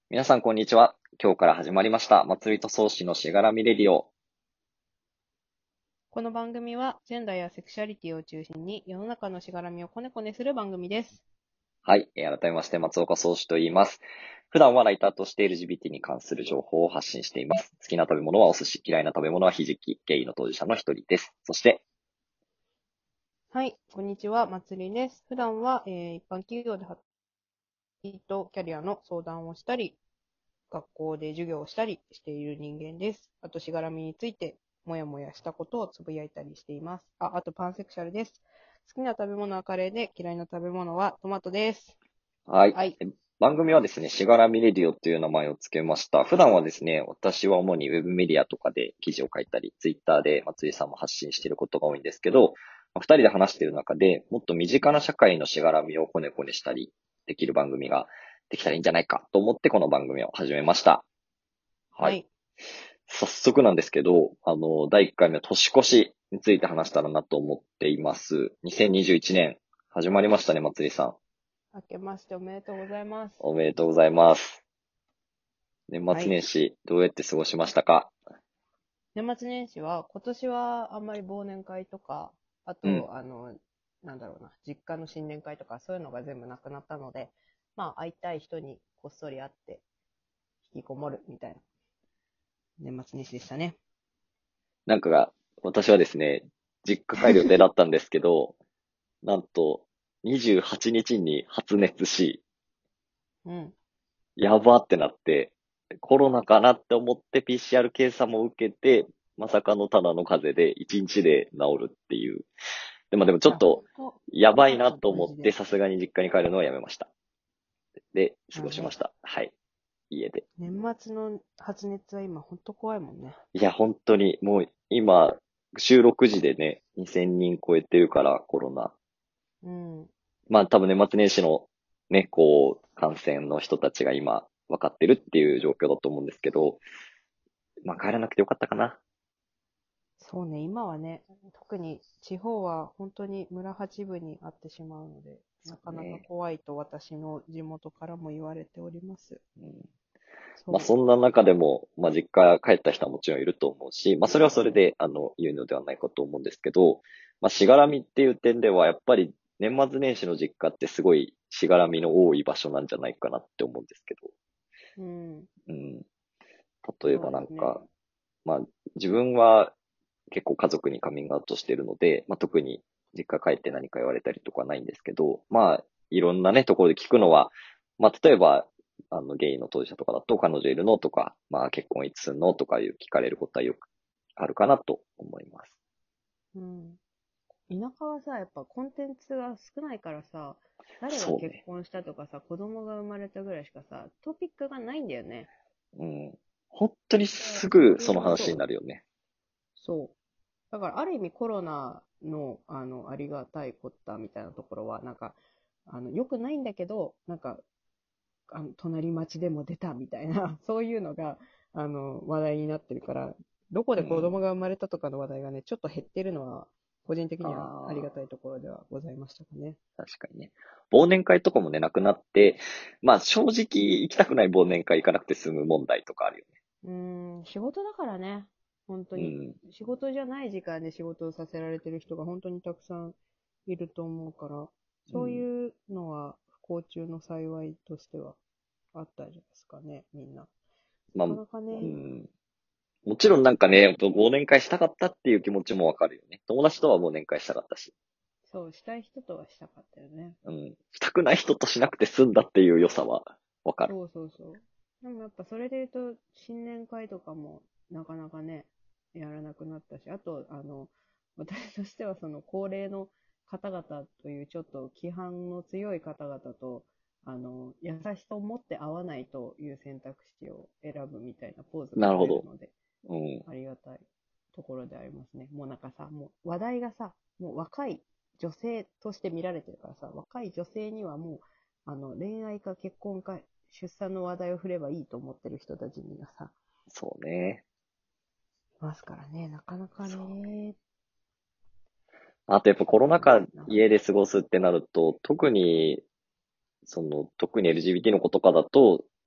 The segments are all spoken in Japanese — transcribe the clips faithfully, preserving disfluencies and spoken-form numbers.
皆さん、こんにちは。今日から始まりました。祭りと創始のしがらみレディオ。 この番組は、ジェンダーやセクシャリティを中心に、世の中のしがらみをコネコネする番組です。 はい。えー改めまして、松岡創始と言います。普段はライターとして エルジービーティー に関する情報を発信しています。好きな食べ物はお寿司、嫌いな食べ物はひじき、ゲイの当事者の一人です。そして、 はい、こんにちは、まつりです。普段は、えー一般企業で働きとキャリアの相談をしたり、学校で授業をしたりしている人間です。あと、しがらみについて、もやもやしたことをつぶやいたりしています。あ、あと、パンセクシャルです。好きな食べ物はカレーで、嫌いな食べ物はトマトです。 はい。 はい。 え番組はですね、しがらみレディオという名前を付けました。普段はですね、私は主にウェブメディアとかで記事を書いたり、ツイッターで松井さんも発信していることが多いんですけど、まあ二人で話している中でもっと身近な社会のしがらみをコネコネしたりできる番組ができたらいいんじゃないかと思ってこの番組を始めました。はい。 はい。 早速なんですけど、あの、だいいっかいめ年越しについて話したらなと思っています。にせんにじゅういちねん始まりましたね、松井さん。 明けましておめでとうございます。 おめでとうございます。年はい。 末年始、どうやって過ごしましたか？ 年末年始は、今年はあんまり忘年会とか、あうん。 と、あの、なんだろうな、実家の新年会とか、そういうのが全部なくなったので、まあ、会いたい人にこっそり会って、引きこもるみたいな年末年始でしたね。 なんかが、私はですね、実家帰る予定だったんですけど、なんと、にじゅうはちにちにちに発熱し、 うん。 やばってなって、コロナかなって思って ピーシーアール 検査も受けて、まさかのただの風邪でいちにちで治るっていう。でもでもちいや、ほんょっと、 と、 やばいなよかった、 と思って、 マジで。 さすがに実家に帰るのはやめました。で、過まあね、 ごしました。はい。家で。 年末の発熱は今ほんと怖いもんね。 いや、本当に、もう今、収録時でね、にせんにん超えてるから、コロナ。 うん。 まあ多分年末年始のね、こう、感染の人たちが今、分かってるっていう状況だと思うんですけど、まあ帰らなくてよかったかな。 そうね、今はね、特に地方は本当に村八分にあってしまうので、なかなかそうね。 怖いと私の地元からも言われております。 うん、まあそそんな中でも、まあ実家帰った人はもちろんいると思うし、まあそれはそれで、あの、言うのではないかと思うんですけど、まあしがらみっていう点では、やっぱり年末年始の実家ってすごいしがらみの多い場所なんじゃないかなって思うんですけど、 う。うん。 うん。例えそうばですね。 なんか、まあ自分は結構家族にカミングアウトしてるので、まあ特に実家帰って何か言われたりとかはないんですけど、まあいろんなね、ところで聞くのは、まあ例えば、あのゲイの当事者とかだと彼女いるのとか、まあ結婚いつするのとかいう聞かれることはよくあるかなと思います。 うん。田舎はさ、やっぱコンテンツが少ないからさ、誰がそうね。 結婚したとかさ、子供が生まれたぐらいしかさ、トピックがないんだよね。 うん。本当にで、 すぐみんなその話にそう。 なるよね。 そう。だからある意味コロナの、あの、ありがたいこったみたいなところは、なんか、あの、良くないんだけど、なんか、あの、隣町でも出たみたいな、そういうのが、あの、話題になってるから、どこで子うん。 供が生まれたとかの話題がね、ちょっと減ってるのは、個人的にはありがたいああ、 ところではございましたかね。 確かにね。忘年会とかもね、なくなって、まあ正直行きたくない忘年会行かなくて済む問題とかあるよね。 うーん、仕事だからね、本当に。 うん。 仕事じゃない時間で仕事をさせられてる人が本当にたくさんいると思うから、そううん。 いうのは不幸中の幸いとしてはあったんじゃないですかね、みんな。なまあ、 かなかね、 うん。もちろんなんかね、忘年会したかったっていう気持ちもわかるよね。友達とは忘年会したかったし。 そう、したい人とはしたかったよね。 うん。したくない人としなくて済んだっていう良さはわかる。 そうそうそう。でもやっぱそれで言うと、新年会とかもなかなかね、やらなくなったし、あと、あの、私としてはその高齢の方々というちょっと規範の強い方々と、あの、優しさを持って会わないという選択肢を選ぶみたいなポーズがなるほど。 取れるので、 うん。 ありがたいところでありますね。もうなんかさ、もう話題がさ、もう若い女性として見られてるからさ、若い女性にはもう、あの、恋愛か結婚か出産の話題を振ればいいと思ってる人たちにがさ、 そうね。 いますからね、なかなかそう。 ね、 あとやっぱコロナ禍難しいな。 家で過ごすってなると、特に、その、特に エルジービーティー の子とかだと、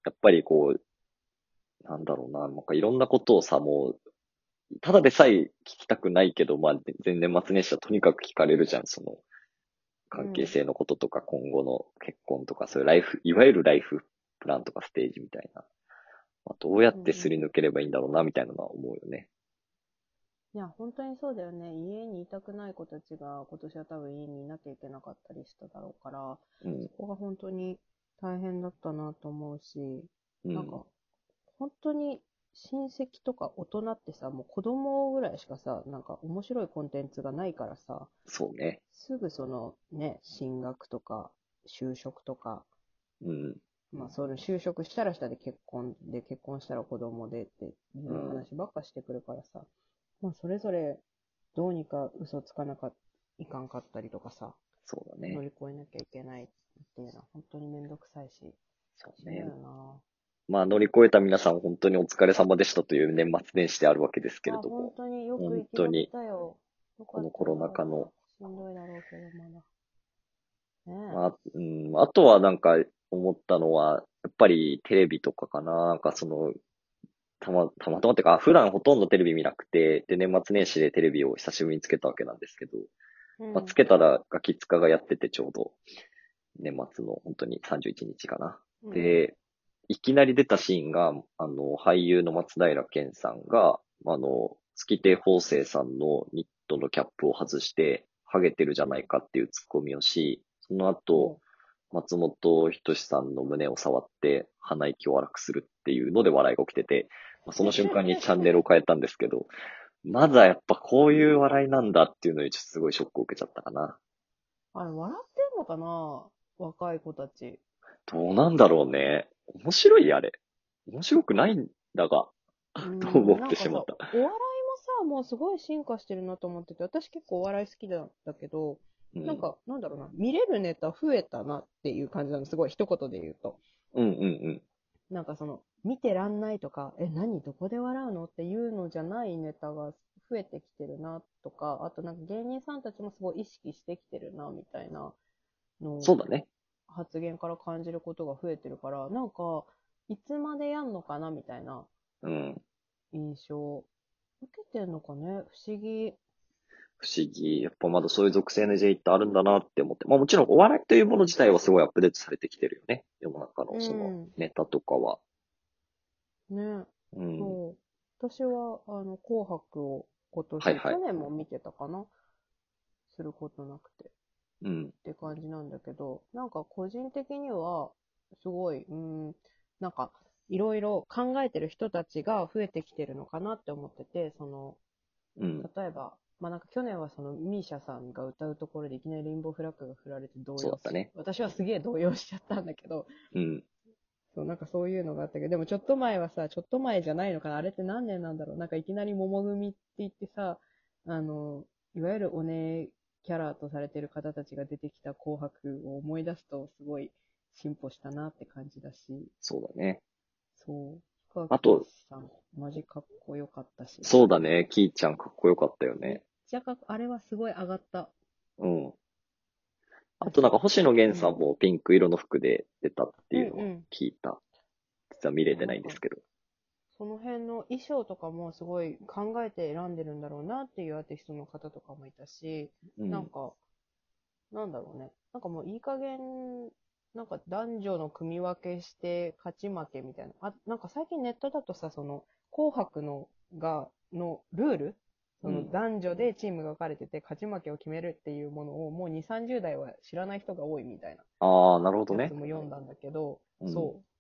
やっぱりこう、なんだろうな、なんかいろんなことをさ、もう、ただでさえ聞きたくないけど、まあ、全然年末年始はとにかく聞かれるじゃん、その、関係性のこととか、今後の結婚とか、そういうライフ、いわゆるライフプランとかステージみたいな。まあ、どうやってすり抜ければいいんだろうな、みたいなのは思うよね。 いや、本当にそうだよね。家にいたくない子たちが今年は多分家にいなきゃいけなかったりしただろうから、 うん、 そこが本当に大変だったなと思うし、 うん、 なんか、本当に親戚とか大人ってさ、もう子供ぐらいしかさ、なんか面白いコンテンツがないからさ、 そうね。 すぐそのね、進学とか、就職とか、 うん、 まあ、それ就職したらしたで結婚で、結婚したら子供でっていううん、 話ばっかしてくるからさ、まあ、それぞれどうにか嘘つかなかいかんかったりとかさ、 そうだね。 乗り越えなきゃいけないっていうのは本当にめんどくさいし、 そうね。 しんどいよまあ、乗り越えた皆さん本当にお疲れ様でしたという年末年始であるわけですけな。あ、 れども、 本当によく本生き延び当にたよ。よかったよこのコロナかった。 禍の、 しんどいだろうけど、まだ。ねまあ、うん、あとはなんか思ったのは、やっぱりテレビとかかな。なんかその、たま、たまたまっていうか、普段ほとんどテレビ見なくて、で、年末年始でテレビを久しぶりにつけたわけなんですけど、 え。うまあ、つん。 けたらガキ使がやっててちょうど、年末の本当にさんじゅういちにちかな。 うん。 で、いきなり出たシーンが、あの、俳優の松平健さんが、あの、月亭方正さんのニットのキャップを外して、ハゲてるじゃうん。 ないかっていうツッコミをし、その後、 おう。 松本人志さんの胸を触って鼻息を荒くするっていうので笑いが起きてて、まあその瞬間にチャンネルを変えたんですけど、まだやっぱこういう笑いなんだっていうのにちょっとすごいショックを受けちゃったかな。 あれ、笑ってんのかな若い子たち。 どうなんだろうね。面白いあれ。面白くないんだが、 うと思ん、 っなんかさ、 てしまった。 お笑いもさ、もうすごい進化してるなと思ってて、私結構お笑い好きなんだけど、 うん。 なんか、なんだろうな、見れるネタ増えたなっていう感じなの、すごい一言で言うと。 うんうんなんかその、見てらんないとか、え、何どこで笑うのっていうのじゃないネタが増えてきてるなとか、あとなんか芸人さんたちもすごい意識してきてるな、みたいなのをそうだね。 発言から感じることが増えてるから、なんか、いつまでやんのかな、みたいなうん。 印象。受けてんのかね不思議。 不思議。やっぱまだそういう属性の J ってあるんだなって思って。まあもちろんお笑いというもの自体はすごいアップデートされてきてるよね。世の中のうそのん。 ネタとかは。 ね。 うん。 そう。私は、あの、紅白を今年、 はいはい。 去年も見てたかなすることなくて。っうん。 て感じなんだけど、なんか個人的には、すごい、うん、なんか、いろいろ考えてる人たちが増えてきてるのかなって思ってて、その、 うん。 例えば、まあなんか去年はそのミーシャさんが歌うところでいきなりレインボーフラッグが振られて動揺し、 そうだったね。 私はすげえ動揺しちゃったんだけど、 うん。 そう、なんかそういうのがあったけど、でもちょっと前はさ、ちょっと前じゃないのかな、あれって何年なんだろう、なんかいきなり桃組って言ってさ、あの、いわゆるお姉キャラとされてる方たちが出てきた紅白を思い出すと、すごい進歩したなって感じだし、 そうだね。 そう、氷川きよあと、 しさん、マジかっこよかったし、 そうだね。キーちゃんかっこよかったよめっね。 ちゃかっこ、あれはすごい上がった。 うん。あとなんか私、 星野源さんうん、 もピンク色の服で出たっていうのはうんうん。 聞いた。実は見れてなんか、 ないんですけど。 その辺の衣装とかもすごい考えて選んでるんだろうなっていうアーティストの方とかもいたし、 うん。 なんか、なんだろうね。なんかもういい加減、なんか男女の組み分けして勝ち負けみたいな。あ、なんか最近ネットだとさ、その、紅白のが、のルールそのうん。 男女でチームが分かれてて勝ち負けを決めるっていうものをもうに、さんじゅう代は知らない人が多いみたいなああ、なるほどね。 やつも読んだんだけど、 うん。 そう。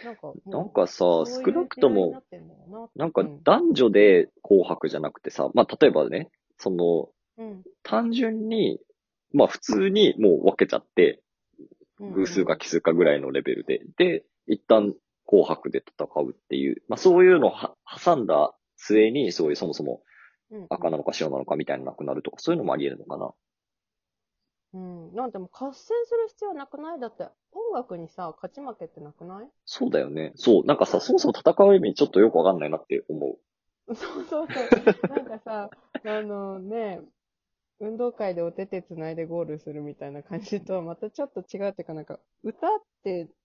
なんかもう、 なんかさ、少なそういうくとも、 時代になってんだろうなって。 なんかうん。 男女で紅白じゃなくてさ、まあ例えばね、その、 うん。 単純に、まあ普通にもう分けちゃって、 うん偶数かうん。 奇数かぐらいのレベルで、で、一旦紅白で戦うっていう、まあそういうのをは挟んだ末に、そういうそもそもうんうん。 赤なのか白なのかみたいなのなくなるとか、そういうのもあり得るのかな。 うん。なんでも合戦する必要なくないだって、音楽にさ、勝ち負けってなくないそうだよね。そう。なんかさ、そもそも戦う意味ちょっとよくわかんないなって思う。 そうそうそう。なんかさ、あのね、運動会でお手手つないでゴールするみたいな感じとはまたちょっと違うっていうか、なんか、歌って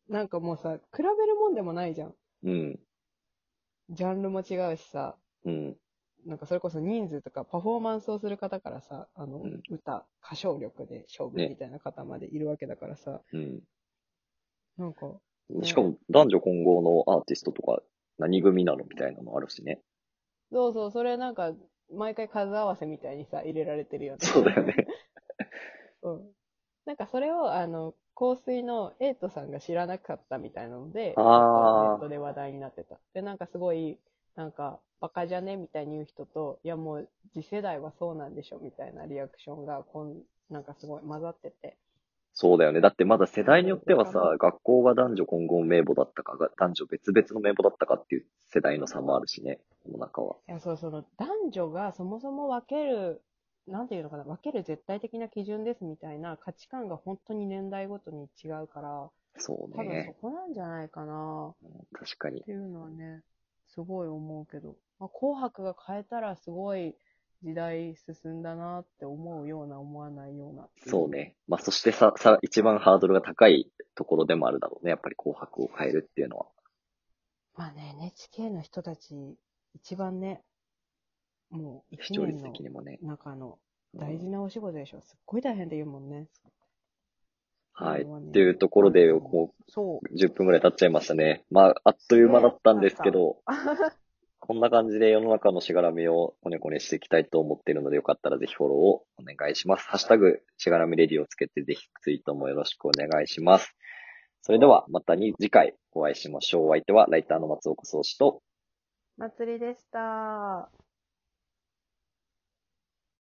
なんかもうさ、比べるもんでもないじゃん。 うん。 ジャンルも違うしさ、 うん。 なんかそれこそ人数とかパフォーマンスをする方からさ、あの、 うん。 歌、歌唱力で勝負ね。 みたいな方までいるわけだからさ、 うん。 なんか、 しね、 かも男女混合のアーティストとか何組なのみたいなのあるしね。 そうそう、それなんか、毎回数合わせみたいにさ、入れられてるよね。 そうだよね。 うん。なんかそれを、あの、香水のエイトさんが知らなかったみたいなので、ちょっとネッああ、 トで話題になってた。で、なんかすごい、なんか、バカじゃねみたいに言う人と、いやもう、次世代はそうなんでしょみたいなリアクションが、こん、なんかすごい混ざってて。 そうだよね。だってまだ世代によすごいってはさ、 わかる。 学校が男女混合名簿だったかが、男女別々の名簿だったかっていう世代の差もあるしね、この中は。 いや、そう、その男女がそもそも分ける、なんていうのかな、分ける絶対的な基準ですみたいな価値観が本当に年代ごとに違うから、 そう多分そね。 こなんじゃないかな確かに。 っていうのはね、すごい思うけど、まあ、紅白が変えたらすごい時代進んだなって思うような思わないようなっていう。 そうね。まあ、そしてさ、さ、一番ハードルが高いところでもあるだろうね。やっぱり紅白を変えるっていうのは。 まあね、エヌエイチケー の人たち、一番ね、もう視聴率一年の的にもね。 中のうん、 大事なお仕事でしょ。すっごい大変で言うもんね。っていはい。っうのはね、 ていうところで、 あると思う。 こそう、じゅっぷんぐらい経っちゃいましたね。まあ、あっう。 という間だすげえったんですけ経った。 ど、こんな感じで世の中のしがらみをコネコネしていきたいと思っているので、よかったらぜひフォローをお願いします。ハッシュタグ、しがらみレディをつけてぜひツイートもよろしくお願いします。それでは、またに次回お会いしましょう。お相手はライターの松岡壮志と、 祭りでした。